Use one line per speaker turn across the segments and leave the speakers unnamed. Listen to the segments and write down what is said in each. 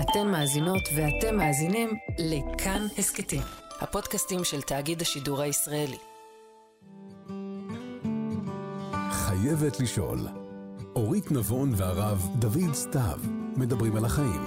אתן מאזינות ואתם מאזינים לכאן הסקטים, הפודקאסטים של תאגיד השידור הישראלי.
חייבת לשאול. אורית נבון והרב דוד סתיו מדברים על החיים.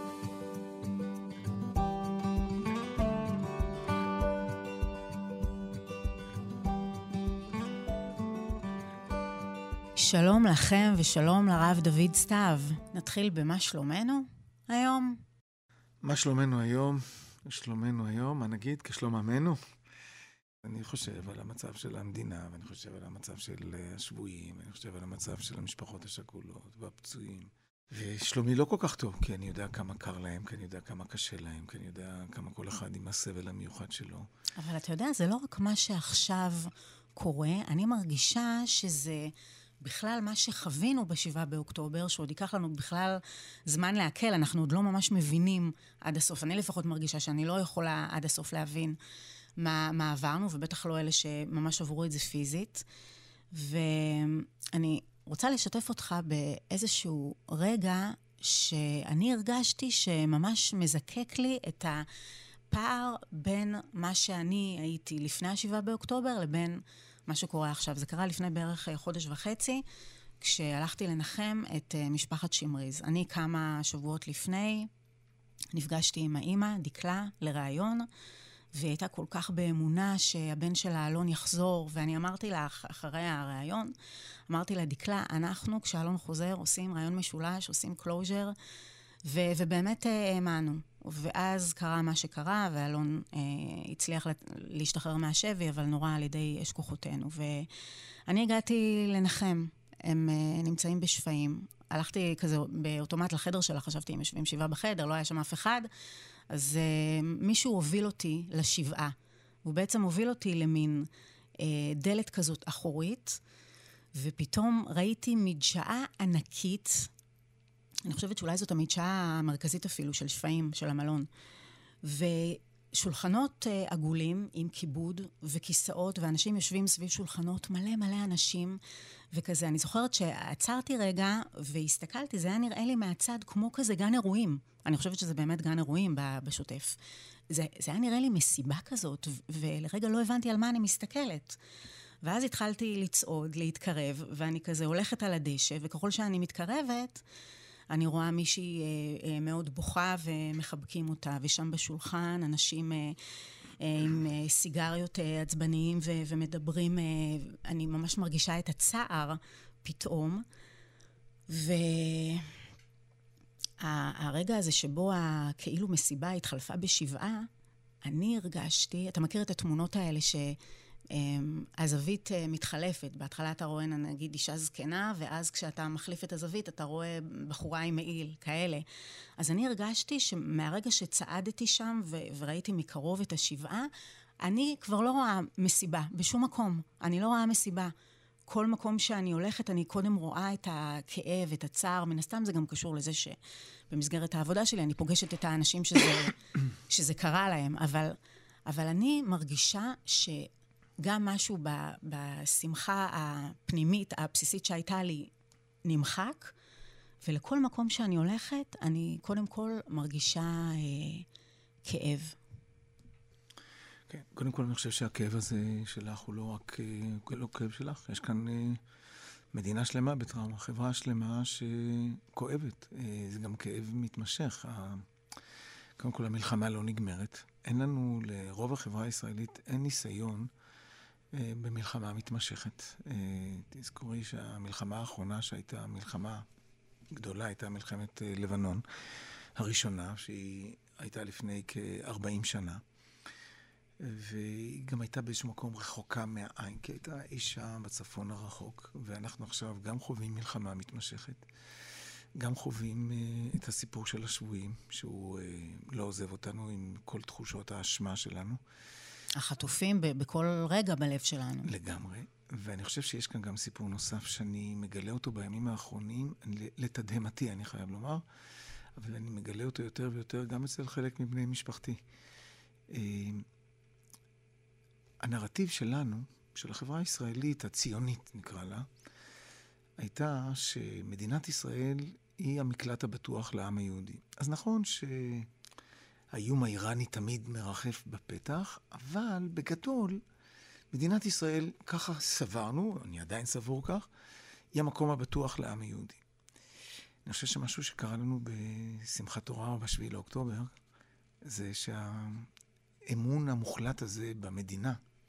שלום לכם ושלום לרב דוד סתיו. נתחיל במה שלומנו היום.
מה שלומנו היום? שלומנו היום, מה נגיד? כשלום עמנו? אני חושב על המצב של המדינה, ואני חושב על המצב של השבויים, ואני חושב על המצב של המשפחות השכולות והפצועים. ושלומי לא כל כך טוב, כי אני יודע כמה קר להם, כי אני יודע כמה קשה להם, כי אני יודע כמה כל אחד עם הסבל המיוחד שלו.
אבל אתה יודע, זה לא רק מה שעכשיו קורה, אני מרגישה שזה בכלל מה שחווינו ב7 באוקטובר, שעוד ייקח לנו בכלל זמן להקל, אנחנו עוד לא ממש מבינים עד הסוף. אני לפחות מרגישה שאני לא יכולה עד הסוף להבין מה עברנו, ובטח לא אלה שממש עברו את זה פיזית. ואני רוצה לשתף אותך באיזשהו רגע שאני הרגשתי שממש מזקק לי את הפער בין מה שאני הייתי לפני 7 באוקטובר לבין מה שקורה עכשיו. זה קרה לפני בערך חודש וחצי, כשהלכתי לנחם את משפחת שמריז. אני כמה שבועות לפני נפגשתי עם האמא, דקלה, לראיון, והיא הייתה כל כך באמונה שהבן שלה אלון יחזור, ואני אמרתי לה אחרי הראיון, אמרתי לה, דקלה, אנחנו כשאלון חוזר עושים ראיון משולש, עושים קלוז'ר, ובאמת האמנו. ואז קרה מה שקרה, ואלון הצליח להשתחרר מהשבי, אבל נורא על ידי אש כוחותינו. ואני הגעתי לנחם, הם נמצאים בשפעים. הלכתי כזה באוטומט לחדר שלה, חשבתי אם יושבים 7 בחדר, לא היה שם אף אחד. אז מישהו הוביל אותי לשבעה. הוא בעצם הוביל אותי למין דלת כזאת אחורית, ופתאום ראיתי מדשאה ענקית, אני חושבת שאולי זאת המדשאה המרכזית אפילו של שפעים, של המלון. ושולחנות עגולים עם כיבוד וכיסאות, ואנשים יושבים סביב שולחנות, מלא מלא אנשים, וכזה. אני זוכרת שעצרתי רגע והסתכלתי, זה היה נראה לי מהצד כמו כזה גן אירועים. אני חושבת שזה באמת גן אירועים בשוטף. זה היה נראה לי מסיבה כזאת, ולרגע לא הבנתי על מה אני מסתכלת. ואז התחלתי לצעוד, להתקרב, ואני כזה הולכת על הדשא, וככל שאני מתקרבת, אני רואה מישהי מאוד בוכה ומחבקים אותה, ושם בשולחן אנשים עם סיגריות עצבניים ומדברים, אני ממש מרגישה את הצער פתאום, והרגע הזה שבו כאילו מסיבה התחלפה בשבעה, אני הרגשתי, אתה מכיר את התמונות האלה הזווית מתחלפת, בהתחלה אתה רואה נגיד אישה זקנה, ואז כשאתה מחליף את הזווית אתה רואה בחורה עם מעיל, כאלה. אז אני הרגשתי שמהרגע שצעדתי שם וראיתי מקרוב את השבעה, אני כבר לא רואה מסיבה, בשום מקום, אני לא רואה מסיבה. כל מקום שאני הולכת, אני קודם רואה את הכאב, את הצער, מן הסתם זה גם קשור לזה שבמסגרת העבודה שלי אני פוגשת את האנשים שזה קרה להם, אבל אני מרגישה גם משהו בשמחה הפנימית, הבסיסית שהייתה לי, נמחק, ולכל מקום שאני הולכת, אני קודם כל מרגישה כאב.
כן, קודם כל אני חושב שהכאב הזה שלך הוא לא רק לא כאב שלך, יש כאן מדינה שלמה בטראומה, חברה שלמה שכואבת, זה גם כאב מתמשך. קודם כל המלחמה לא נגמרת, אין לנו, לרוב החברה הישראלית, אין ניסיון במלחמה מתמשכת. תזכורי שהמלחמה האחרונה שהייתה מלחמה גדולה, הייתה מלחמת לבנון הראשונה, שהיא הייתה לפני כ-40 שנה, והיא גם הייתה באיזשהו מקום רחוקה מהעין, כי הייתה אישה בצפון הרחוק, ואנחנו עכשיו גם חווים מלחמה מתמשכת, גם חווים את הסיפור של השבויים, שהוא לא עוזב אותנו עם כל תחושות האשמה שלנו.
החטופים בכל רגע בלב שלנו.
לגמרי. ואני חושב שיש כאן גם סיפור נוסף שאני מגלה אותו בימים האחרונים, לתדהמתי אני חייב לומר, אבל אני מגלה אותו יותר ויותר גם אצל חלק מבני משפחתי. הנרטיב שלנו, של החברה הישראלית, הציונית נקרא לה, הייתה שמדינת ישראל היא המקלט הבטוח לעם היהודי. אז נכון שהאיום האיראני תמיד מרחף בפתח, אבל בגדול, מדינת ישראל, ככה סברנו, אני עדיין סבור כך, היא המקום הבטוח לעם היהודי. אני חושב שמשהו שקרה לנו בשמחת תורה או ב7 לאוקטובר, זה שהאמון המוחלט הזה במדינה,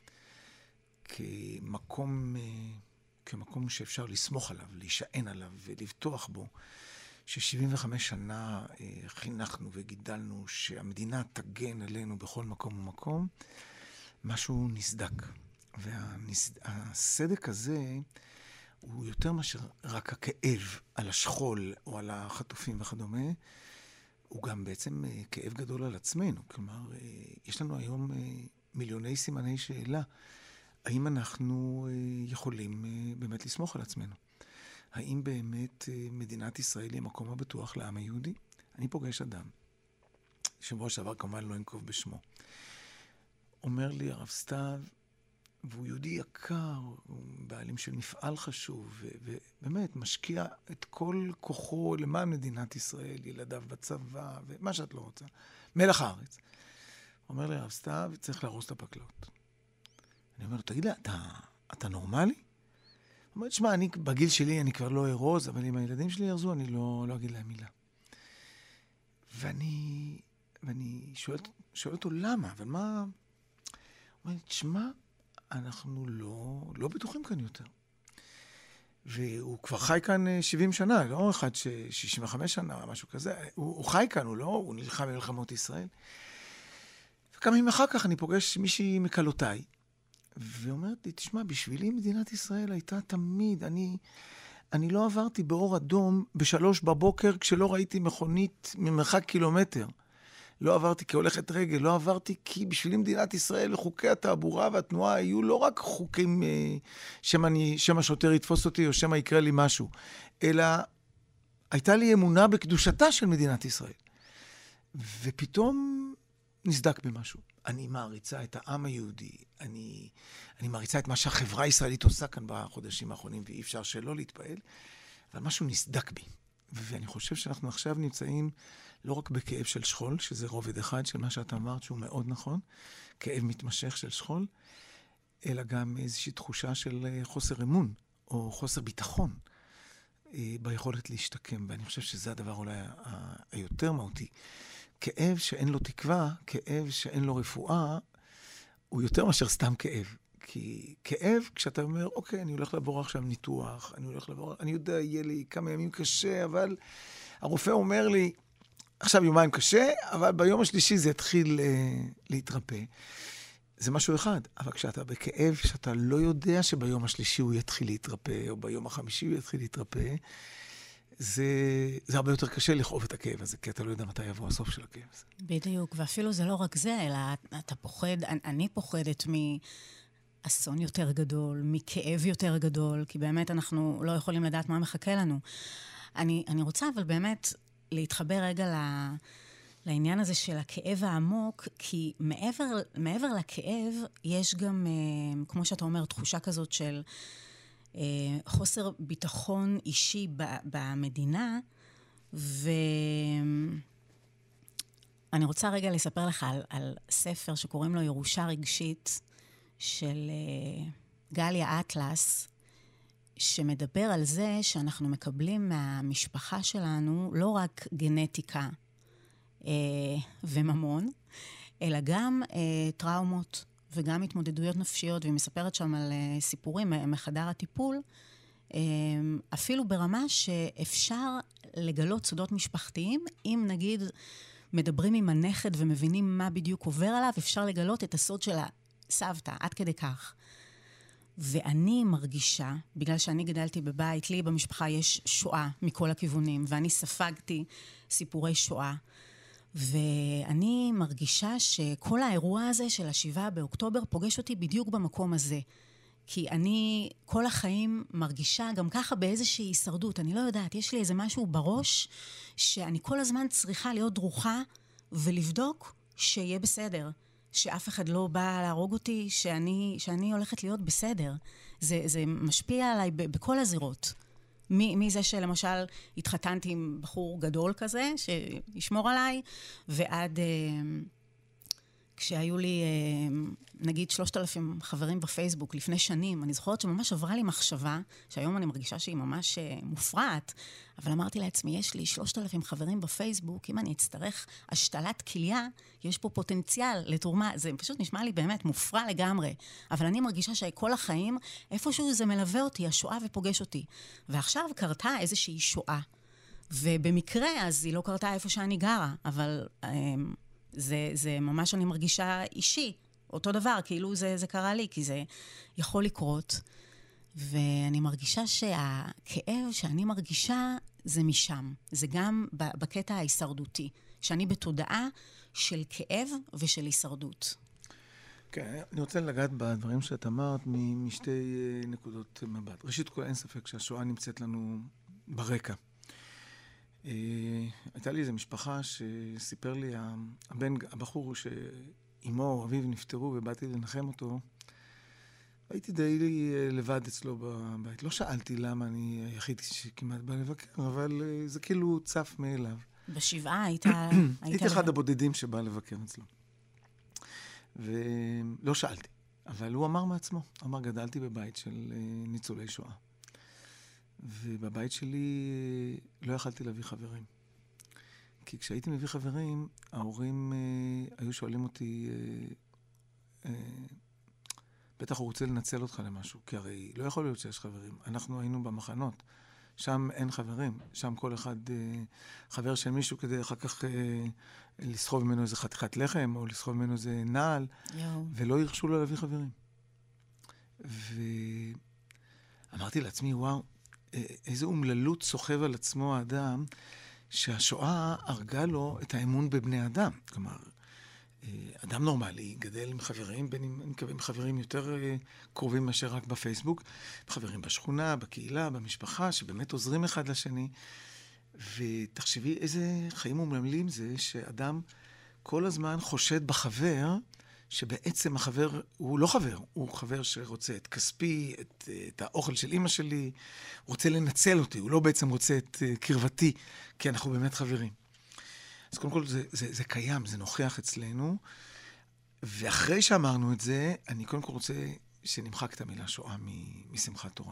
כמקום שאפשר לסמוך עליו, להישען עליו ולבטוח בו, ש75 שנה חינכנו וגידלנו שהמדינה תגן עלינו בכל מקום ומקום, משהו נסדק. והסדק הזה הוא יותר מאשר רק הכאב על השכול או על החטופים וכדומה, הוא גם בעצם כאב גדול על עצמנו. כלומר, יש לנו היום מיליוני סימני שאלה. האם אנחנו יכולים באמת לסמוך על עצמנו? האם באמת מדינת ישראל היא המקום הבטוח לעם היהודי? אני פוגש אדם, שבוע שעבר כמובן לא אנקוב בשמו. אומר לי, הרב סתיו, והוא יהודי יקר, הוא בעלים של מפעל חשוב, ובאמת משקיע את כל כוחו למען מדינת ישראל, ילדיו בצבא, ומה שאת לא רוצה. מלח הארץ. הוא אומר לי, הרב סתיו, צריך להרוס את הפקלות. אני אומר לו, תגיד לה, אתה נורמלי? הוא אומר, תשמע, בגיל שלי אני כבר לא ארוז, אבל אם הילדים שלי ירזו, אני לא אגיד להם מילה. ואני שואל אותו, למה? אבל מה? הוא אומר, תשמע, אנחנו לא בטוחים כאן יותר. והוא כבר חי כאן 70 שנה, לא אחד 65 שנה, משהו כזה. הוא חי כאן, הוא נלחם במלחמות ישראל. וכמה ימים אחר כך אני פוגש מישהי מקלותיי, ואומרת לי, תשמע, בשבילי מדינת ישראל הייתה תמיד, אני לא עברתי באור אדום ב3 בבוקר כשלא ראיתי מכונית ממרחק קילומטר. לא עברתי כהולכת רגל, לא עברתי כי בשבילי מדינת ישראל חוקי התעבורה והתנועה היו לא רק חוקים שמא שוטר יתפוס אותי או שמא יקרה לי משהו, אלא הייתה לי אמונה בקדושתה של מדינת ישראל. ופתאום נסדק במשהו. אני מעריצה את העם היהודי, אני מעריצה את מה שהחברה הישראלית עושה כאן בחודשים האחרונים, ואי אפשר שלא להתפעל, אבל משהו נסדק בי. ואני חושב שאנחנו עכשיו נמצאים לא רק בכאב של שכול, שזה רובד אחד של מה שאתה אמרת, שהוא מאוד נכון, כאב מתמשך של שכול, אלא גם איזושהי תחושה של חוסר אמון, או חוסר ביטחון, ביכולת להשתקם. ואני חושב שזה הדבר אולי היותר מהותי. כאב שאין לו תקווה, כאב שאין לו רפואה, הוא יותר מאשר סתם כאב. כי כאב, כשאתה אומר, אוקיי, אני הולך לעבור עכשיו ניתוח, אני יודע, יהיה לי כמה ימים קשה, אבל הרופא אומר לי, עכשיו יומיים קשה, אבל ביום השלישי זה יתחיל להתרפא. זה משהו אחד, אבל כשאתה בכאב, שאתה לא יודע שביום השלישי הוא יתחיל להתרפא, או ביום החמישי הוא יתחיל להתרפא, זה הרבה יותר קשה לכאוב את הכאב הזה, כי אתה לא יודע מתי יבוא הסוף של הכאב הזה.
בדיוק, ואפילו זה לא רק זה, אלא אתה פוחד, אני פוחדת מאסון יותר גדול, מכאב יותר גדול, כי באמת אנחנו לא יכולים לדעת מה מחכה לנו. אני רוצה אבל באמת להתחבר רגע לעניין הזה של הכאב העמוק, כי מעבר לכאב יש גם, כמו שאתה אומר, תחושה כזאת של חוסר ביטחון אישי במדינה, ואני רוצה רגע לספר לך על ספר שקוראים לו ירושה רגשית, של גליה אטלס, שמדבר על זה שאנחנו מקבלים מהמשפחה שלנו לא רק גנטיקה וממון, אלא גם טראומות וגם התמודדויות נפשיות, והיא מספרת שם על סיפורים מחדר הטיפול, אפילו ברמה שאפשר לגלות סודות משפחתיים, אם נגיד מדברים עם הנכד ומבינים מה בדיוק עובר עליו, אפשר לגלות את הסוד של הסבתא, עד כדי כך. ואני מרגישה, בגלל שאני גדלתי בבית, לי במשפחה יש שואה מכל הכיוונים, ואני ספגתי סיפורי שואה, ואני מרגישה שכל האירוע הזה של 7 באוקטובר פוגש אותי בדיוק במקום הזה. כי אני כל החיים מרגישה גם ככה באיזושהי הישרדות. אני לא יודעת, יש לי איזה משהו בראש שאני כל הזמן צריכה להיות דרוכה ולבדוק שיהיה בסדר. שאף אחד לא בא להרוג אותי, שאני הולכת להיות בסדר. זה משפיע עליי בכל הזירות. מזה שלמשל התחתנתי עם בחור גדול כזה, שישמור עליי, ועד כשהיו לי, נגיד, 3,000 חברים בפייסבוק לפני שנים, אני זוכרת שממש עברה לי מחשבה, שהיום אני מרגישה שהיא ממש מופרעת, אבל אמרתי לעצמי, יש לי 3,000 חברים בפייסבוק, אם אני אצטרך השתלת כליה, יש פה פוטנציאל לתרומה, זה פשוט נשמע לי באמת מופרע לגמרי, אבל אני מרגישה שכל החיים, איפשהו זה מלווה אותי, השואה ופוגש אותי. ועכשיו קרתה איזושהי שואה, ובמקרה אז היא לא קרתה איפה שאני גרה, אבל זה ממש אני מרגישה אישי, אותו דבר, כאילו זה קרה לי, כי זה יכול לקרות, ואני מרגישה שהכאב שאני מרגישה זה משם, זה גם בקטע ההישרדותי, שאני בתודעה של כאב ושל הישרדות.
כן, אני רוצה לגעת בדברים שאת אמרת משתי נקודות מבט. ראשית כל, אין ספק שהשואה נמצאת לנו ברקע. הייתה לי איזו משפחה שסיפר לי, הבחור שאימו או אביו נפטרו ובאתי לנחם אותו, הייתי די לבד אצלו בבית. לא שאלתי למה אני היחיד שכמעט בא לבקר, אבל זה כאילו צף מאליו.
בשבעה
הייתי אחד הבודדים שבא לבקר אצלו. ולא שאלתי, אבל הוא אמר מעצמו, אמר, גדלתי בבית של ניצולי שואה. ובבית שלי לא יכלתי להביא חברים. כי כשהייתי מביא חברים, ההורים היו שואלים אותי, בטח הוא רוצה לנצל אותך למשהו, כי הרי לא יכול להיות שיש חברים. אנחנו היינו במחנות, שם אין חברים, שם כל אחד חבר של מישהו כדי אחר כך לסחוב ממנו איזה חתיכת לחם, או לסחוב ממנו איזה נעל, ולא ירשו לו להביא חברים. ואמרתי לעצמי, וואו, איזו אומללות סוחב על עצמו האדם, שהשואה הרגה לו את האמון בבני אדם. כלומר, אדם נורמלי גדל עם חברים, בין אם אני מקווה עם חברים יותר קרובים מאשר רק בפייסבוק, חברים בשכונה, בקהילה, במשפחה, שבאמת עוזרים אחד לשני. ותחשבי איזה חיים אומללים זה שאדם כל הזמן חושד בחבר, שבעצם החבר הוא לא חבר, הוא חבר שרוצה את כספי, את האוכל של אמא שלי, הוא רוצה לנצל אותי, הוא לא בעצם רוצה את קרבתי, כי אנחנו באמת חברים. אז קודם כל זה קיים, זה נוכח אצלנו, ואחרי שאמרנו את זה, אני קודם כל רוצה שנמחק את המילה שואה משמחת תורה.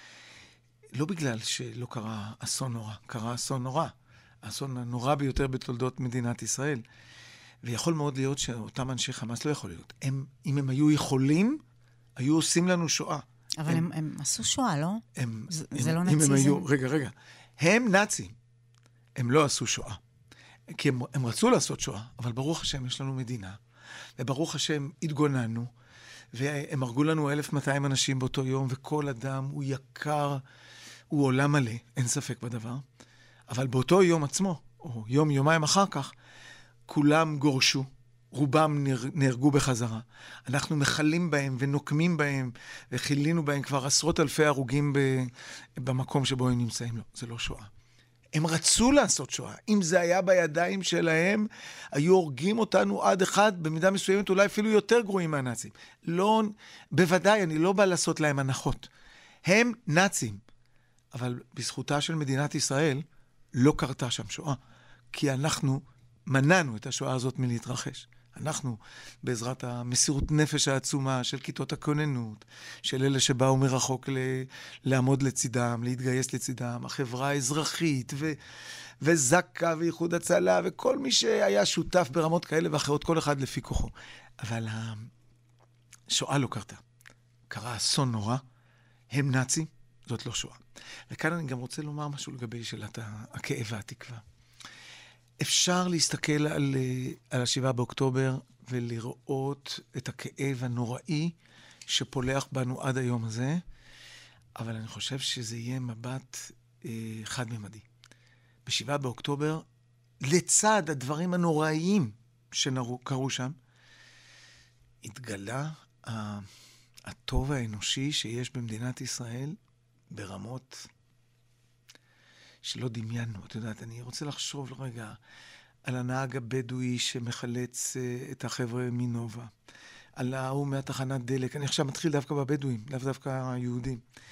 לא בגלל שלא קרה אסון נורא, קרה אסון נורא, האסון הנורא ביותר בתולדות מדינת ישראל, ויכול מאוד להיות שאותם אנשי חמאס לא יכול להיות. אם הם היו יכולים, היו עושים לנו שואה.
אבל הם עשו שואה, לא? זה לא נאציזם.
רגע. הם נאצים. הם לא עשו שואה. כי הם רצו לעשות שואה, אבל ברוך השם יש לנו מדינה, וברוך השם התגוננו, והם הרגו לנו 1,200 אנשים באותו יום, וכל אדם הוא יקר, הוא עולם מלא, אין ספק בדבר. אבל באותו יום עצמו, או יומיים אחר כך, כולם גורשו, רובם נהרגו בחזרה. אנחנו מחלים בהם ונוקמים בהם, וחילינו בהם כבר עשרות אלפי הרוגים במקום שבו הם נמצאים. לא, זה לא שואה. הם רצו לעשות שואה. אם זה היה בידיים שלהם, היו הורגים אותנו עד אחד, במידה מסוימת אולי אפילו יותר גרועים מהנאצים. לא, בוודאי, אני לא בא לעשות להם הנחות. הם נאצים. אבל בזכותה של מדינת ישראל, לא קרתה שם שואה. כי אנחנו מנענו את השואה הזאת מלהתרחש. אנחנו, בעזרת המסירות נפש העצומה של כיתות הכוננות, של אלה שבאו מרחוק לעמוד לצידם, להתגייס לצידם, החברה האזרחית וזקה ואיחוד הצלה, וכל מי שהיה שותף ברמות כאלה ואחרות, כל אחד לפי כוחו. אבל השואה לא קרתה. קרה אסון נורא, הם נאצים, זאת לא שואה. וכאן אני גם רוצה לומר משהו לגבי שאלת הכאב והתקווה. אפשר להסתכל על 7 באוקטובר ולראות את הכאב הנוראי שפולח בנו עד היום הזה, אבל אני חושב שזה יהיה מבט חד-ממדי. ב7 באוקטובר, לצד הדברים הנוראיים שקרו שם, התגלה הטוב האנושי שיש במדינת ישראל ברמות שלא דמיינו. את יודעת, אני רוצה לחשוב לרגע על הנהג הבדואי שמחלץ את החבר'ה מנובה, על ההוא מהתחנת דלק. אני עכשיו מתחיל דווקא בבדואים, לאו דווקא היהודים.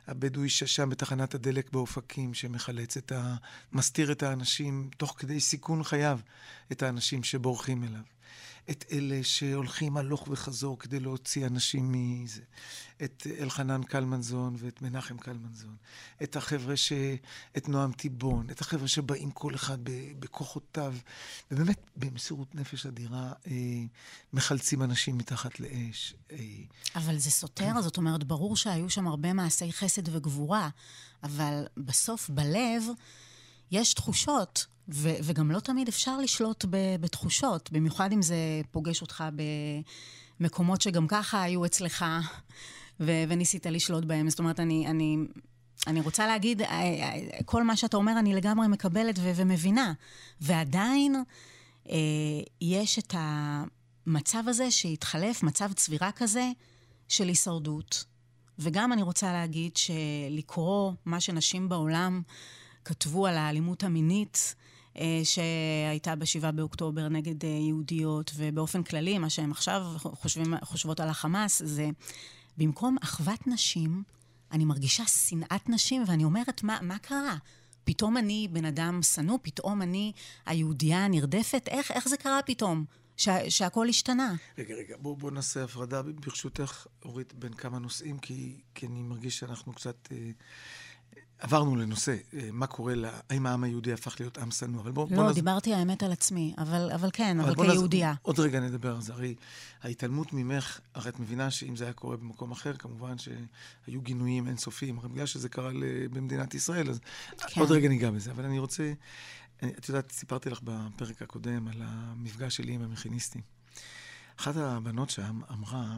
הבדואי שם בתחנת הדלק באופקים, שמחלץ מסתיר את האנשים, תוך כדי סיכון חייו, את האנשים שבורחים אליו. את אלה שהולכים הלוך וחזור כדי להוציא אנשים מזה. את אלחנן קלמנזון ואת מנחם קלמנזון. את החבר'ה את נועם טיבון. את החבר'ה שבאים כל אחד בכוחותיו. ובאמת, במסירות נפש אדירה, מחלצים אנשים מתחת לאש.
אבל זה סותר, זאת אומרת, ברור שהיו שם הרבה מעשי חסד וגבורה, אבל בסוף, בלב, יש תחושות. וגם לא תמיד אפשר לשלוט בתחושות, במיוחד אם זה פוגש אותך במקומות שגם ככה היו אצלך, וניסית לשלוט בהם. זאת אומרת, אני רוצה להגיד, כל מה שאתה אומר אני לגמרי מקבלת ומבינה, ועדיין יש את המצב הזה שהתחלף, מצב צבירה כזה של הישרדות. וגם אני רוצה להגיד שלקרוא מה שנשים בעולם כתבו על האלימות המינית, שהייתה ב7 באוקטובר נגד יהודיות, ובאופן כללי, מה שהם עכשיו חושבות על החמאס, זה במקום אחוות נשים, אני מרגישה שנאת נשים, ואני אומרת, מה קרה? פתאום אני בן אדם סנוע, פתאום אני היהודייה הנרדפת, איך זה קרה פתאום? שהכל השתנה.
רגע, בוא נעשה הפרדה, ברשותך, אורית, בין כמה נושאים, כי אני מרגיש שאנחנו קצת עברנו לנושא, מה קורה האם העם היהודי הפך להיות עם שנוא, אבל
לא, דיברתי האמת על עצמי, אבל כן, אבל כיהודייה.
עוד רגע נדבר על זה, הרי ההתעלמות ממך, הרי את מבינה שאם זה היה קורה במקום אחר, כמובן שהיו גינויים אינסופיים, אבל בגלל שזה קרה במדינת ישראל, אז עוד רגע ניגע בזה, אבל אני רוצה, את יודעת, סיפרתי לך בפרק הקודם על המפגש שלי עם המכיניסטים. אחת הבנות שם אמרה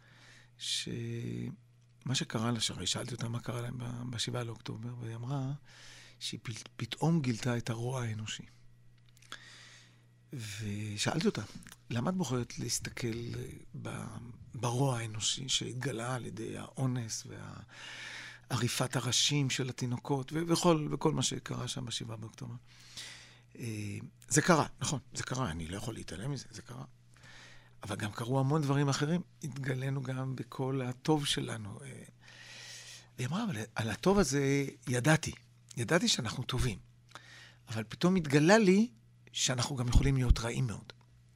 מה שקרה לה, שהרי שאלתי אותה מה קרה להם ב7 לאוקטובר, והיא אמרה שהיא פתאום גילתה את הרוע האנושי. ושאלתי אותה, למה את בוחרת להסתכל ברוע האנושי שהתגלה על ידי האונס ועריפת הראשים של התינוקות, וכל מה שקרה שם ב7 באוקטובר? זה קרה, נכון, זה קרה, אני לא יכול להתעלם מזה, זה קרה. אבל גם קרו המון דברים אחרים, התגלנו גם בכל הטוב שלנו. והיא אמרה, אבל על הטוב הזה ידעתי שאנחנו טובים. אבל פתאום התגלה לי שאנחנו גם יכולים להיות רעים מאוד.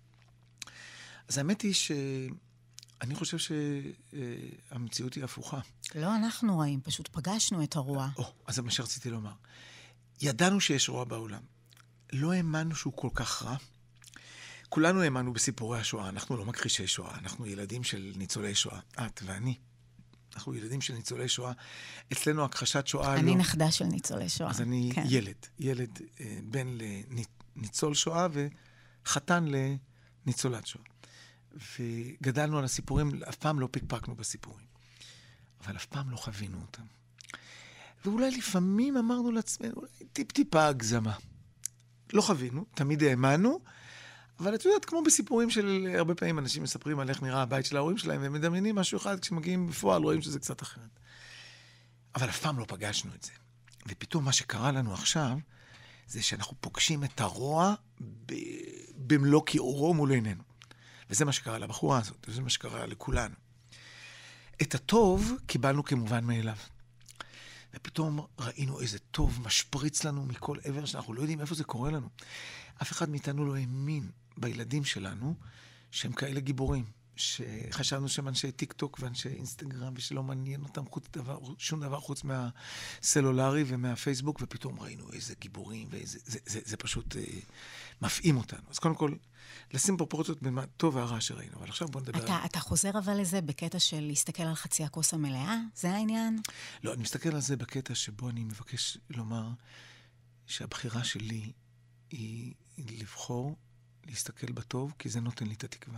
אז האמת היא שאני חושב שהמציאות היא הפוכה.
לא אנחנו רעים, פשוט פגשנו את הרוע.
אז זה מה שרציתי לומר. ידענו שיש רוע בעולם. לא האמנו שהוא כל כך רע. כולנו האמנו בסיפורי השואה, אנחנו לא מכחישי שואה, אנחנו ילדים של ניצולי שואה, את ואני. אנחנו ילדים של ניצולי שואה. אצלנו הכחשת שואה
אני נכדה של ניצולי שואה.
אז אני כן. ילד בן לניצול שואה וחתן לניצולת שואה. וגדלנו על הסיפורים, אף פעם לא פקפקנו בסיפורים. אבל אף פעם לא חווינו אותם. ואולי לפעמים אמרנו לעצמנו, אולי טיפ-טיפה הגזמה. לא חווינו, תמיד האמנו, אבל את יודעת, כמו בסיפורים של הרבה פעמים אנשים מספרים על איך נראה הבית של ההורים שלהם, והם מדמיינים משהו אחד, כשמגיעים בפועל רואים שזה קצת אחרת. אבל אף פעם לא פגשנו את זה. ופתאום מה שקרה לנו עכשיו, זה שאנחנו פוגשים את הרוע במלוא כיעורו מול עינינו. וזה מה שקרה לבחורה הזאת, וזה מה שקרה לכולנו. את הטוב קיבלנו כמובן מאליו. ופתאום ראינו איזה טוב משפריץ לנו מכל עבר, שאנחנו לא יודעים איפה זה קורה לנו. אף אחד מאיתנו לא האמין בילדים שלנו שהם כאלה גיבורים, שחשבנו שהם אנשי טיק טוק ואנשי אינסטגרם, ושלא מעניין אותם שום דבר חוץ מהסלולרי ומהפייסבוק, ופתאום ראינו איזה גיבורים, זה פשוט מפעים אותנו. אז קודם כל, לשים פרופורציות בין הטוב והרע שראינו, אבל עכשיו בוא נדבר.
אתה חוזר אבל לזה בקטע של להסתכל על חצי הכוס המלאה? זה העניין?
לא, אני מסתכל על זה בקטע שבו אני מבקש לומר שהבחירה שלי היא לבחור להסתכל בטוב, כי זה נותן לי את התקווה.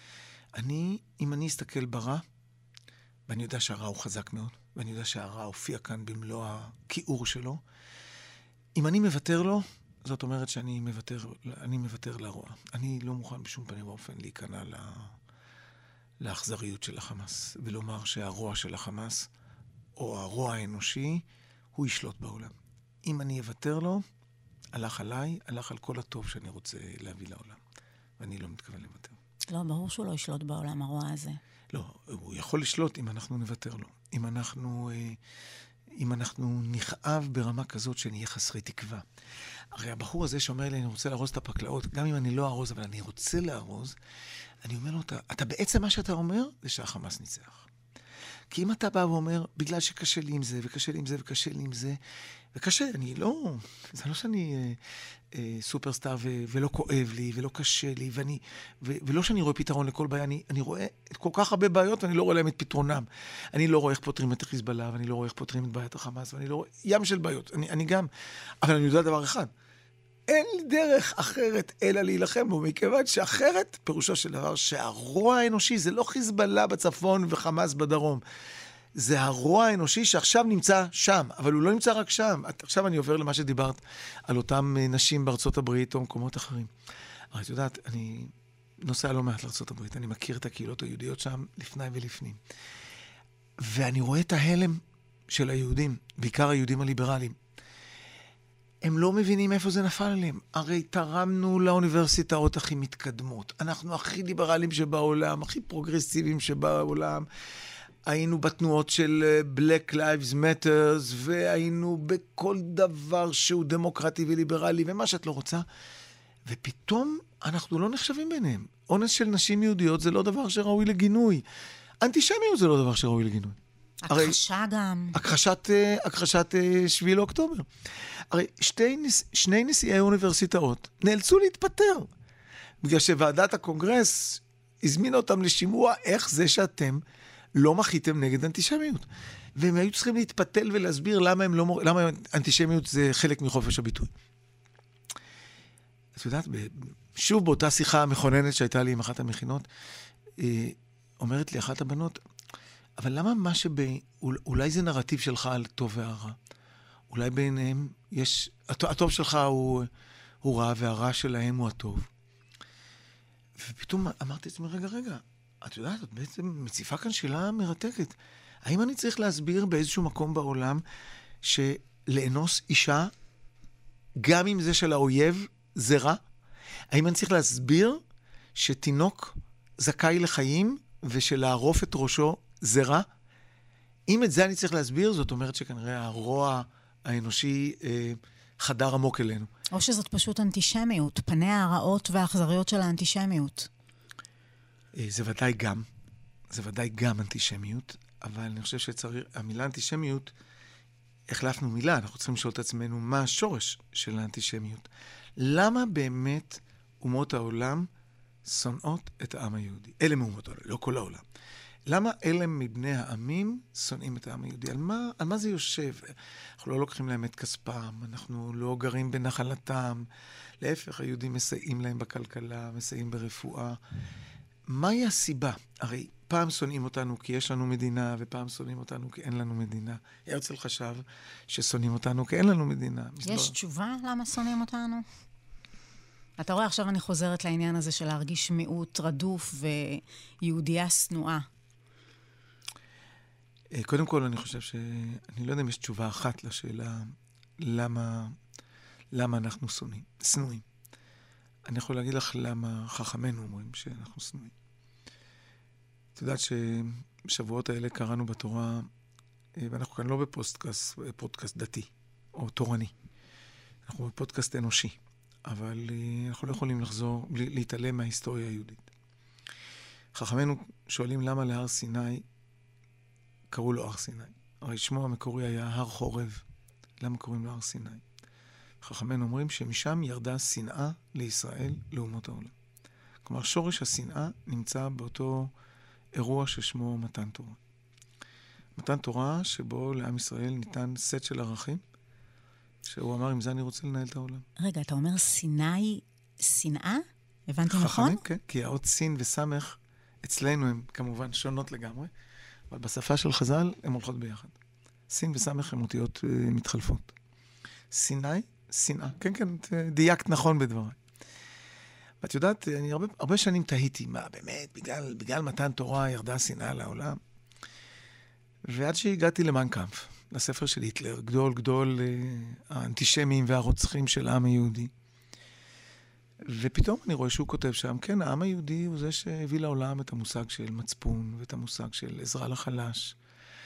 אם אני אסתכל ברע, ואני יודע שהרע הוא חזק מאוד, ואני יודע שהרע הופיע כאן במלוא הכיעור שלו, אם אני מוותר לו, זאת אומרת שאני מוותר לרוע. אני לא מוכן בשום פנים ואופן להיכנע לאכזריות של החמאס, ולומר שהרוע של החמאס, או הרוע האנושי, הוא ישלוט בעולם. אם אני אוותר לו, הלך עליי, הלך על כל הטוב שאני רוצה להביא לעולם. ואני לא מתכוון לוותר.
לא, ברור שהוא לא ישלוט בעולם הרוע הזה.
לא, הוא יכול לשלוט אם אנחנו נוותר לו. אם אנחנו אם אנחנו נכאב ברמה כזאת שנהיה חסרי תקווה. הרי הבחור הזה שאומר לי, אני רוצה לארוז את הפקלאות, גם אם אני לא ארוז, אבל אני רוצה לארוז, אני אומר לו, אתה בעצם מה שאתה אומר, זה שהחמאס ניצח. כי אם אתה בא ואומר, בגלל שקשה לי עם זה, וקשה לי עם זה, וקשה לי עם זה, וקשה, זה לא שאני סופרסטאר ולא כואב לי, ולא קשה לי, ולא שאני רואה פתרון לכל בעיה, אני רואה כל כך הרבה בעיות, ואני לא רואה להם את פתרונם. אני לא רואה איך פותרים את החיזבאללה, ואני לא רואה איך פותרים את בעיית החמאס, ואני לא רואה ים של בעיות. אני גם, אבל אני יודע דבר אחד, אין לי דרך אחרת אלא להילחם בו, מכיוון שאחרת, פירושו של דבר, שהרוע האנושי זה לא חיזבאללה בצפון וחמאס בדרום. זה הרוע האנושי שעכשיו נמצא שם, אבל הוא לא נמצא רק שם. עכשיו אני עובר למה שדיברת על אותם נשים בארצות הברית או מקומות אחרים. אבל את יודעת, אני נוסע לא מעט לארצות הברית, אני מכיר את הקהילות היהודיות שם לפני ולפנים. ואני רואה את ההלם של היהודים, בעיקר היהודים הליברליים. הם לא מבינים איפה זה נפל עליהם. הרי תרמנו לאוניברסיטאות הכי מתקדמות. אנחנו הכי ליברליים שבעולם, הכי פרוגרסיביים שבעולם. היינו בתנועות של Black Lives Matter, והיינו בכל דבר שהוא דמוקרטי וליברלי, ומה שאת לא רוצה. ופתאום אנחנו לא נחשבים ביניהם. אונס של נשים יהודיות זה לא דבר שראוי לגינוי. אנטישמיות זה לא דבר שראוי לגינוי.
הכחשה גם.
הכחשת 7 לאוקטובר. הרי שני נשיאי אוניברסיטאות נאלצו להתפטר, בגלל שוועדת הקונגרס הזמינה אותם לשימוע איך זה שאתם לא מחיתם נגד אנטישמיות. והם היו צריכים להתפתל ולהסביר למה אנטישמיות זה חלק מחופש הביטוי. את יודעת, שוב באותה שיחה מכוננת שהייתה לי עם אחת המכינות, אומרת לי אחת הבנות, אבל למה אולי זה נרטיב שלך על טוב והרע? אולי ביניהם יש, הטוב שלך הוא רע והרע שלהם הוא הטוב. ופתאום אמרתי לעצמי, רגע, את יודעת, את בעצם מציפה כאן שאלה מרתקת. האם אני צריך להסביר באיזשהו מקום בעולם שלאנוס אישה, גם אם זה של האויב, זה רע? האם אני צריך להסביר שתינוק זכאי לחיים ושלערוף את ראשו זה רע? אם את זה אני צריך להסביר, זאת אומרת שכנראה הרוע האנושי חדר עמוק אלינו.
או שזאת פשוט אנטישמיות, פניה הרעות והאכזריות של האנטישמיות.
זה ודאי גם אנטישמיות, אבל אני חושב שהמילה אנטישמיות, החלפנו מילה, אנחנו צריכים לשאול את עצמנו מה השורש של האנטישמיות. למה באמת אומות העולם שונאות את העם היהודי? אלה מאומות העולם, לא כל העולם. למה אלה מבני העמים שונאים את העם היהודי? על מה זה יושב? אנחנו לא לוקחים להם את כספם, אנחנו לא גרים בנחלתם, להפך, היהודים מסייעים להם בכלכלה, מסייעים ברפואה. מהי הסיבה? הרי פעם שונאים אותנו כי יש לנו מדינה, ופעם שונאים אותנו כי אין לנו מדינה. הרצל חשב ששונאים אותנו כי אין לנו מדינה.
יש תשובה למה שונאים אותנו? אתה רואה, עכשיו אני חוזרת לעניין הזה של להרגיש מיעוט רדוף ויהודייה שנואה.
קודם כל, אני חושב אני לא יודע אם יש תשובה אחת לשאלה למה אנחנו שנואים. אני יכול להגיד לך למה חכמינו אומרים שאנחנו שנואים. את יודעת שבשבועות האלה קראנו בתורה, ואנחנו כאן לא בפודקאסט דתי או תורני. אנחנו בפודקאסט אנושי, אבל אנחנו לא יכולים להתעלם מההיסטוריה היהודית. חכמינו שואלים למה להר סיני קראו לו הר סיני. הרי שמו המקורי היה הר חורב. למה קוראים לו הר סיני? חכמינו אומרים שמשם ירדה שנאה לישראל לאומות העולם. כלומר, שורש השנאה נמצא באותו אירוע ששמו מתן תורה. מתן תורה שבו לעם ישראל ניתן סט של ערכים, שהוא אמר, עם זה אני רוצה לנהל את העולם.
רגע, אתה אומר סיני, שנאה? הבנתי נכון?
חכמים, כן, כי האות סין וסמך אצלנו הן כמובן שונות לגמרי, אבל בשפה של חז"ל הן הולכות ביחד. סין וסמך הן אותיות מתחלפות. סיני, שנאה. כן, דייקת נכון בדבריי. ואת יודעת, אני הרבה שנים תהיתי, מה באמת, בגלל מתן תורה ירדה שנאה לעולם. ועד שהגעתי למיין קאמפף, לספר של היטלר, גדול האנטישמים והרוצחים של העם היהודי. ופתאום אני רואה שהוא כותב שם, כן, העם היהודי הוא זה שהביא לעולם את המושג של מצפון, ואת המושג של עזרה לחלש,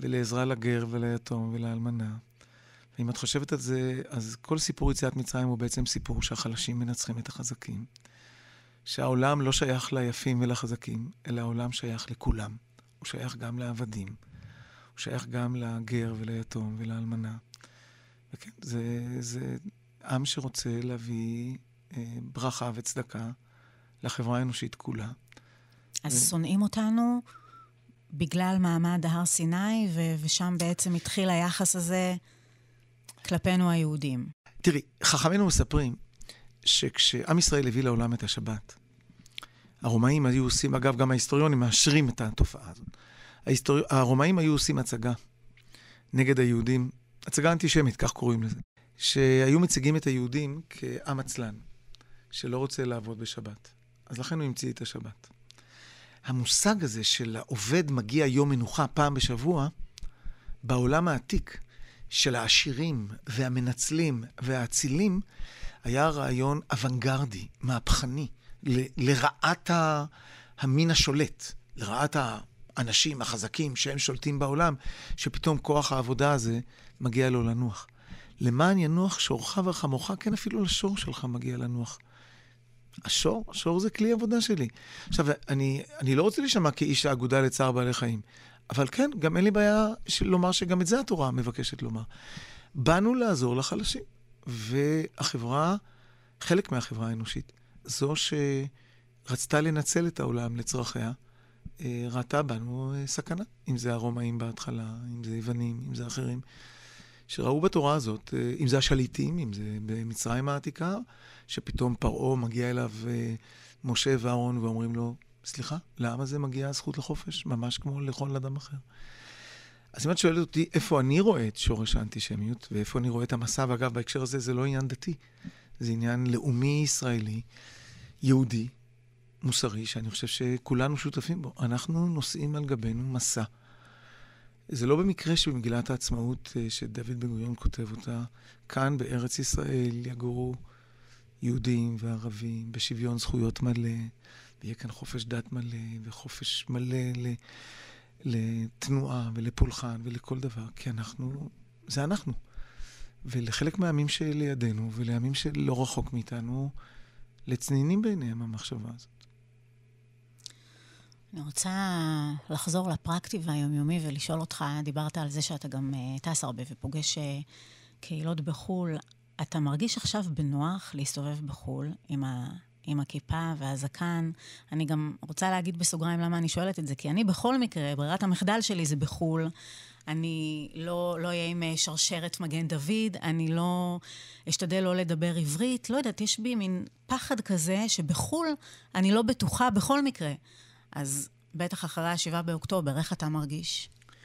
ולעזרה לגר וליתום ולאלמנה. ואם את חושבת על זה, אז כל סיפור יציאת מצרים הוא בעצם סיפור שהחלשים מנצחים את החזקים. שהעולם לא שייך ליפים ולחזקים, אלא העולם שייך לכולם. הוא שייך גם לעבדים. הוא שייך גם לגר וליתום ולאלמנה. וכן, זה עם שרוצה להביא ברכה וצדקה לחברה האנושית כולה.
אז שונאים אותנו בגלל מעמד הר סיני, ושם בעצם התחיל היחס הזה כלפינו היהודים.
תראי, חכמינו מספרים שכשעם ישראל הביא לעולם את השבת, הרומאים היו עושים, אגב, גם ההיסטוריונים מאשרים את התופעה הזאת. הרומאים היו עושים הצגה נגד היהודים, הצגה אנטישמית, כך קוראים לזה, שהיו מציגים את היהודים כעם עצלן, שלא רוצה לעבוד בשבת. אז לכן הוא המציא את השבת. המושג הזה של העובד מגיע יום מנוחה פעם בשבוע, בעולם העתיק של העשירים והמנצלים והאצילים, היה רעיון אוונגרדי, מהפכני, לרעת המין השולט, לרעת האנשים החזקים שהם שולטים בעולם, שפתאום כוח העבודה הזה מגיע לו לנוח. למען ינוח שורך וחמוך, כן אפילו לשור שלך מגיע לנוח. השור זה כלי עבודה שלי. עכשיו, אני לא רוצה להישמע כאיש האגודה לצער בעלי חיים, אבל כן, גם אין לי בעיה לומר שגם את זה התורה מבקשת לומר. באנו לעזור לחלשים, והחברה, חלק מהחברה האנושית, זו שרצתה לנצל את העולם לצרכיה, ראתה בנו סכנה, אם זה הרומאים בהתחלה, אם זה יוונים, אם זה אחרים, שראו בתורה הזאת, אם זה השליטים, אם זה במצרים העתיקה, שפתאום פרעה מגיע אליו משה ואהרון ואומרים לו, סליחה, לעם הזה מגיעה הזכות לחופש, ממש כמו לכל אדם אחר. אז אם את שואלת אותי איפה אני רואה את שורש האנטישמיות, ואיפה אני רואה את המסע, ואגב, בהקשר הזה זה לא עניין דתי, זה עניין לאומי ישראלי, יהודי, מוסרי, שאני חושב שכולנו שותפים בו. אנחנו נושאים על גבינו מסע. זה לא במקרה שבמגילת העצמאות שדוד בן גוריון כותב אותה, כאן בארץ ישראל יגורו יהודים וערבים בשוויון זכויות מלא, ויהיה כאן חופש דת מלא וחופש מלא לתנועה ולפולחן ולכל דבר, כי זה אנחנו. ולחלק מהעמים שלידינו ולימים שלא רחוק מאיתנו, לצנינים בעיניהם המחשבה הזאת.
אני רוצה לחזור לפרקטי והיומיומי ולשאול אותך, דיברת על זה שאתה גם טס הרבה ופוגש קהילות בחול. אתה מרגיש עכשיו בנוח להסתובב בחול עם הכיפה והזקן? אני גם רוצה להגיד בסוגריים למה אני שואלת את זה, כי אני בכל מקרה, ברירת המחדל שלי זה בחול. אני לא אהיה עם שרשרת מגן דוד, אני לא אשתדל לא לדבר עברית. לא יודעת, יש בי מין פחד כזה שבחול אני לא בטוחה בכל מקרה. אז בטח אחרי 7 באוקטובר, איך אתה מרגיש?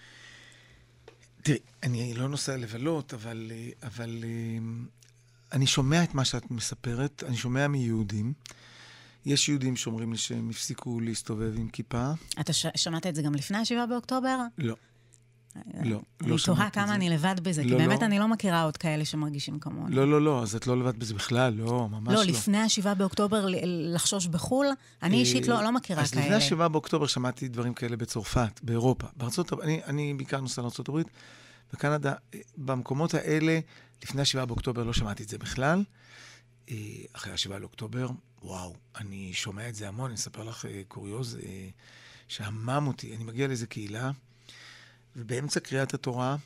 תראי, אני לא נוסע לבלות, אבל אני שומע את מה שאת מספרת, אני שומע מיהודים. יש יהודים שאומרים לי שהם הפסיקו להסתובב עם כיפה. אתה
שמעת את זה גם לפני 7 באוקטובר?
לא. לא
אני תוהה כמה אני לבד בזה, כי באמת אני לא מכירה עוד כאלה שמרגישים כמוני.
לא, אז את לא לבד בזה בכלל, לא, ממש לא.
לא, לפני 7 באוקטובר לחשוש בחול, אני אישית לא מכירה כאלה.
אז לפני 7 באוקטובר שמעתי דברים כאלה בצרפת, באירופה, בארצות הברית, אני בעיקר נוסע לארצות הברית, בקנדה, במקומות האלה, לפני 7 באוקטובר לא שמעתי את זה בכלל. אחרי 7 באוקטובר, וואו, אני שומע את זה המון, אני אספר לך קוריוז, שהמם אותי, אני מגיע לאיזו קהילה, ובאמצע קריאת התורה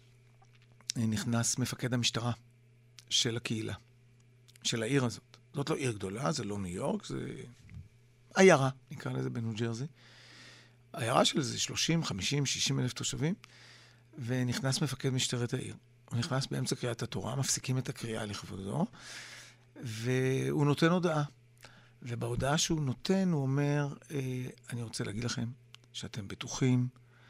נכנס מפקד המשטרה של הקהילה, של העיר הזאת. זאת לא עיר גדולה, זה לא ניו יורק, זה עיירה, נקרא לזה בניו ג'רזי. עיירה של זה 30, 50, 60 אלף תושבים, ונכנס מפקד משטרת העיר. הוא נכנס באמצע קריאת התורה, מפסיקים את הקריאה לכבודו, והוא נותן הודעה. ובהודעה שהוא נותן, הוא אומר, אני רוצה להגיד לכם שאתם בטוחים,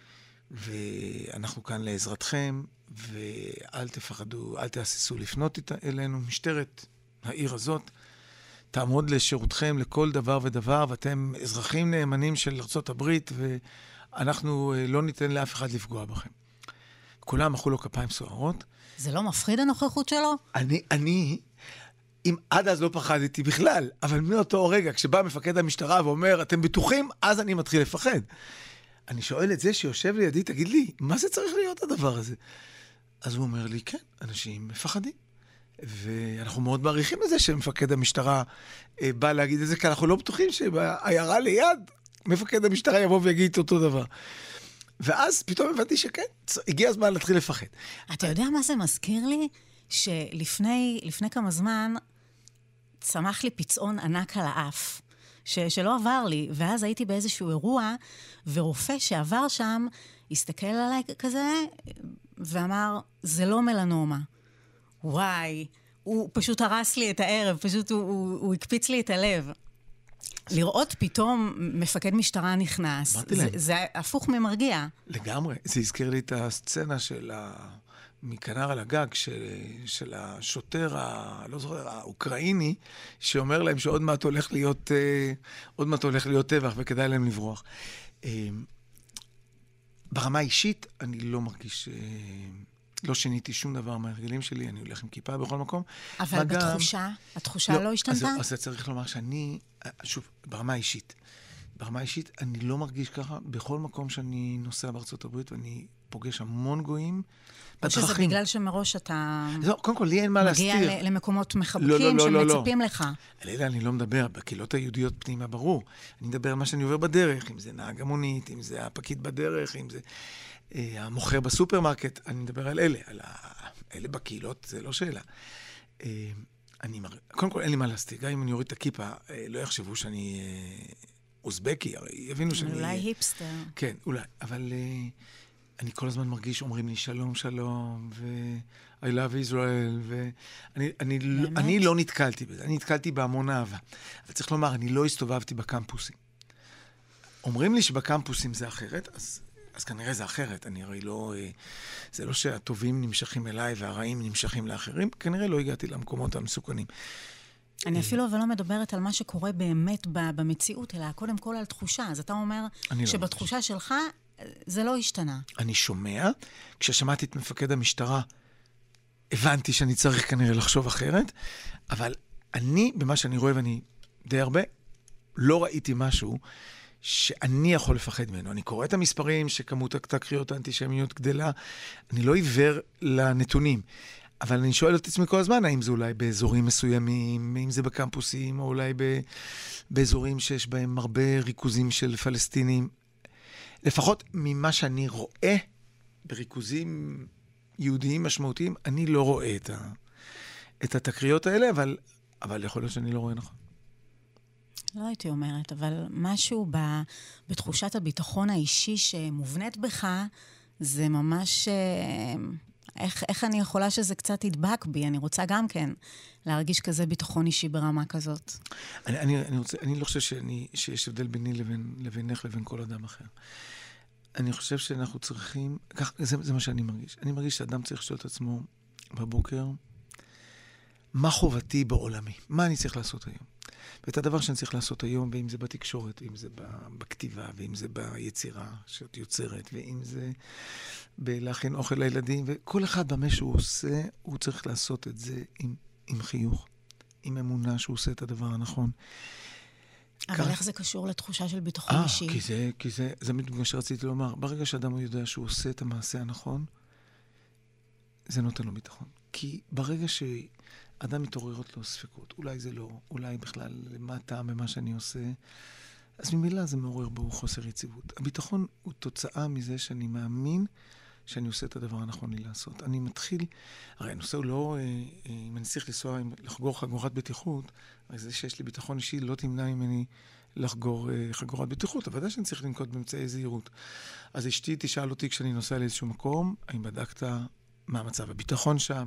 ואנחנו כאן לעזרתכם, ואל תפחדו, אל תהססו לפנות אלינו. משטרת העיר הזאת תעמוד לשירותכם לכל דבר ודבר, ואתם אזרחים נאמנים של ארצות הברית, ואנחנו לא ניתן לאף אחד לפגוע בכם. כולם מחאו לו כפיים סוערות.
זה לא מפחיד הנוכחות שלו?
אם עד אז לא פחדתי בכלל, אבל מאותו רגע, כשבא מפקד המשטרה ואומר, אתם בטוחים, אז אני מתחיל לפחד. אני שואל את זה שיושב לידי, תגיד לי, מה זה צריך להיות הדבר הזה? אז הוא אומר לי, כן, אנשים מפחדים. ואנחנו מאוד מעריכים את זה שמפקד המשטרה בא להגיד את זה, כי אנחנו לא בטוחים שבעיירה ליד, מפקד המשטרה יבוא ויגיד את אותו דבר. ואז פתאום הבנתי שכן, הגיע הזמן להתחיל לפחד.
אתה יודע מה זה מזכיר לי? שלפני כמה זמן צמח לי פצעון ענק על האף, שלא עבר לי, ואז הייתי באיזשהו אירוע, ורופא שעבר שם, הסתכל עליי כזה, ואמר, זה לא מלנומה. וואי, הוא פשוט הרס לי את הערב, פשוט הוא הקפיץ לי את הלב. לראות פתאום מפקד משטרה נכנס, זה הפוך ממרגיע.
לגמרי. זה הזכיר לי את הסצנה של מכנר על הגג, של השוטר, לא זוכר, האוקראיני, שאומר להם שעוד מעט הולך להיות טבח, וכדאי להם לברוח. ברמה האישית, אני לא מרגיש... לא שיניתי שום דבר מהרגלים שלי, אני הולך עם כיפה בכל מקום.
אבל התחושה לא השתנתה?
אז זה צריך לומר שאני, שוב, ברמה האישית, אני לא מרגיש ככה בכל מקום שאני נוסע בארצות הברית, ואני פוגש המון גויים בדרכים.
שזה בגלל שמראש אתה...
לא, קודם כל, לי אין מה להסתיר.
מגיע למקומות מחבקים שמצפים לך.
על אלה אני לא מדבר, בקהילות היהודיות פנימה ברור. אני מדבר על מה שאני עובר בדרך, אם זה נהג המונית, אם זה הפקיד בדרך, אם זה... המוכר בסופרמרקט, אני מדבר על אלה, אלה בקהילות, זה לא שאלה. קודם כל, אין לי מה להסתיר, גם אם אני אוריד את הכיפה, לא יחשבו שאני אוזבקי, הרי יבינו שאני...
אולי היפסטר.
כן, אולי, אבל אני כל הזמן מרגיש, אומרים לי שלום, שלום, I love Israel, ואני לא נתקלתי בזה, אני נתקלתי בהמון אהבה. אבל צריך לומר, אני לא הסתובבתי בקמפוסים. אומרים לי שבקמפוסים זה אחרת, אז כנראה זה אחרת, אני הרי לא... זה לא שהטובים נמשכים אליי והרעים נמשכים לאחרים, כנראה לא הגעתי למקומות המסוכנים.
אני אפילו אבל לא מדברת על מה שקורה באמת במציאות, אלא קודם כל על תחושה. אז אתה אומר שבתחושה שלך זה לא השתנה.
אני שומע, כששמעתי את מפקד המשטרה, הבנתי שאני צריך כנראה לחשוב אחרת, אבל אני, במה שאני רואה ואני די הרבה, לא ראיתי משהו שאני יכול לפחד ממנו. אני קורא את המספרים שכמות התקריות האנטישמיות גדלה, אני לא עיוור לנתונים, אבל אני שואל את עצמי כל הזמן, האם זה אולי באזורים מסוימים, אם זה בקמפוסים, או אולי באזורים שיש בהם הרבה ריכוזים של פלסטינים. לפחות ממה שאני רואה בריכוזים יהודיים משמעותיים, אני לא רואה את התקריות האלה, אבל יכול להיות שאני לא רואה נכון.
לא הייתי אומרת, אבל משהו בתחושת הביטחון האישי שמובנית בך, זה ממש... איך אני יכולה שזה קצת ידבק בי? אני רוצה גם כן להרגיש כזה ביטחון אישי ברמה כזאת.
אני לא חושב שיש הבדל ביני לבינך לבין כל אדם אחר. אני חושב שאנחנו צריכים... זה מה שאני מרגיש. אני מרגיש שאדם צריך לשאול את עצמו בבוקר, מה חובתי בעולמי? מה אני צריך לעשות היום? ואת הדבר שאני צריך לעשות היום, ואם זה בתקשורת, ואם זה בכתיבה, ואם זה ביצירה שאת יוצרת, ואם זה בלהכין אוכל לילדים, וכל אחד במה שהוא עושה, הוא צריך לעשות את זה עם חיוך, עם אמונה שהוא עושה את הדבר הנכון.
אבל איך זה קשור לתחושה של ביטחון אישי?
כי זה מה שרציתי לומר. ברגע שאדם הוא יודע שהוא עושה את המעשה הנכון, זה נותן לו ביטחון. כי ברגע שאדם מתעוררות לו ספקות, אולי זה לא, אולי בכלל מה טעם במה שאני עושה, אז ממילא זה מעורר בו חוסר יציבות. הביטחון הוא תוצאה מזה שאני מאמין שאני עושה את הדבר הנכון לי לעשות. אני מתחיל, הרי הנושא הוא לא, אם אני צריך לנסוע, לחגור חגורת בטיחות, הרי זה שיש לי ביטחון אישי לא תמנע ממני לחגור חגורת בטיחות, אבל שאני צריך לנקוט באמצעי זהירות. אז אשתי תשאל אותי כשאני נוסע לאיזשהו מקום, האם בדקת מה המצב הביטחון שם,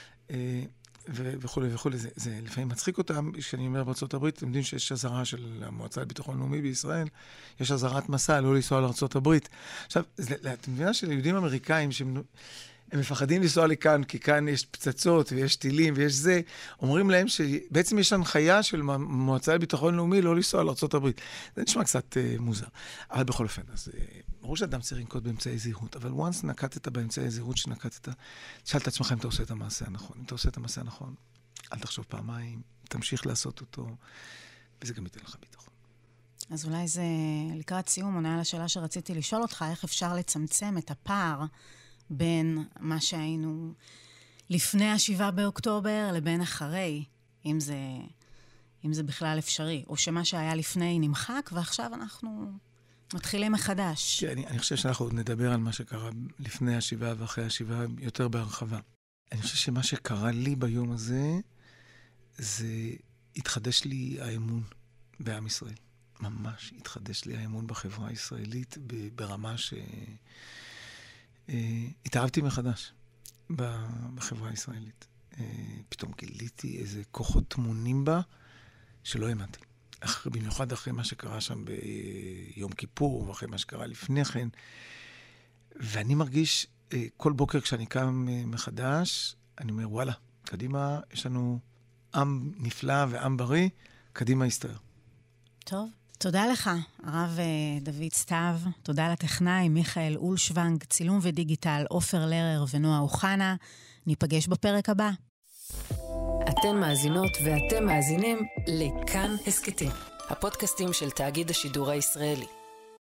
וכו' וכו'. זה לפעמים מצחיק אותם, כשאני אומר בארצות הברית, אתם יודעים שיש אזהרה של המועצה לביטחון לאומי בישראל, יש אזהרת מסע לא לנסוע לארצות הברית. עכשיו, אתם מבינה שליהודים אמריקאים, שהם מפחדים לנסוע לכאן, כי כאן יש פצצות ויש טילים ויש זה, אומרים להם שבעצם יש הנחיה של המועצה לביטחון לאומי לא לנסוע לארצות הברית. זה נשמע קצת מוזר. אבל בכל אופן, אז ברור שאדם צריך לנקוט באמצעי זהירות, אבל once נקטת באמצעי זהירות שנקטת, תשאל את עצמך אם אתה עושה את המעשה הנכון. אם אתה עושה את המעשה הנכון, אל תחשוב פעמיים, תמשיך לעשות אותו, וזה גם ייתן לך ביטחון.
אז אולי זה לקראת סיום, עונה על השאלה שרציתי לשאול אותך, איך אפשר לצמצם את הפער בין מה שהיינו לפני ה7 באוקטובר לבין אחרי, אם זה בכלל אפשרי, או שמה שהיה לפני נמחק, ועכשיו אנחנו מתחילים מחדש.
אני חושב שאנחנו עוד נדבר על מה שקרה לפני ה7 ואחרי ה7 יותר בהרחבה. אני חושב שמה שקרה לי ביום הזה, זה התחדש לי האמון בעם ישראל. ממש התחדש לי האמון בחברה הישראלית ברמה התאהבתי מחדש בחברה הישראלית. פתאום גיליתי איזה כוחות תמונים בה שלא האמנתי. במיוחד אחרי מה שקרה שם ביום כיפור, ואחרי מה שקרה לפני כן. ואני מרגיש כל בוקר כשאני קם מחדש, אני אומר, וואלה, קדימה, יש לנו עם נפלא ועם בריא, קדימה יסתר.
טוב, תודה לך, הרב דוד סתיו, תודה לטכנאי מיכאל אולשוונג, צילום ודיגיטל, עופר לרר ונועה אוחנה. ניפגש בפרק הבא.
אתן מאזינות ואתם מאזינים לכאן הסקטים, הפודקאסטים של תאגיד השידור הישראלי.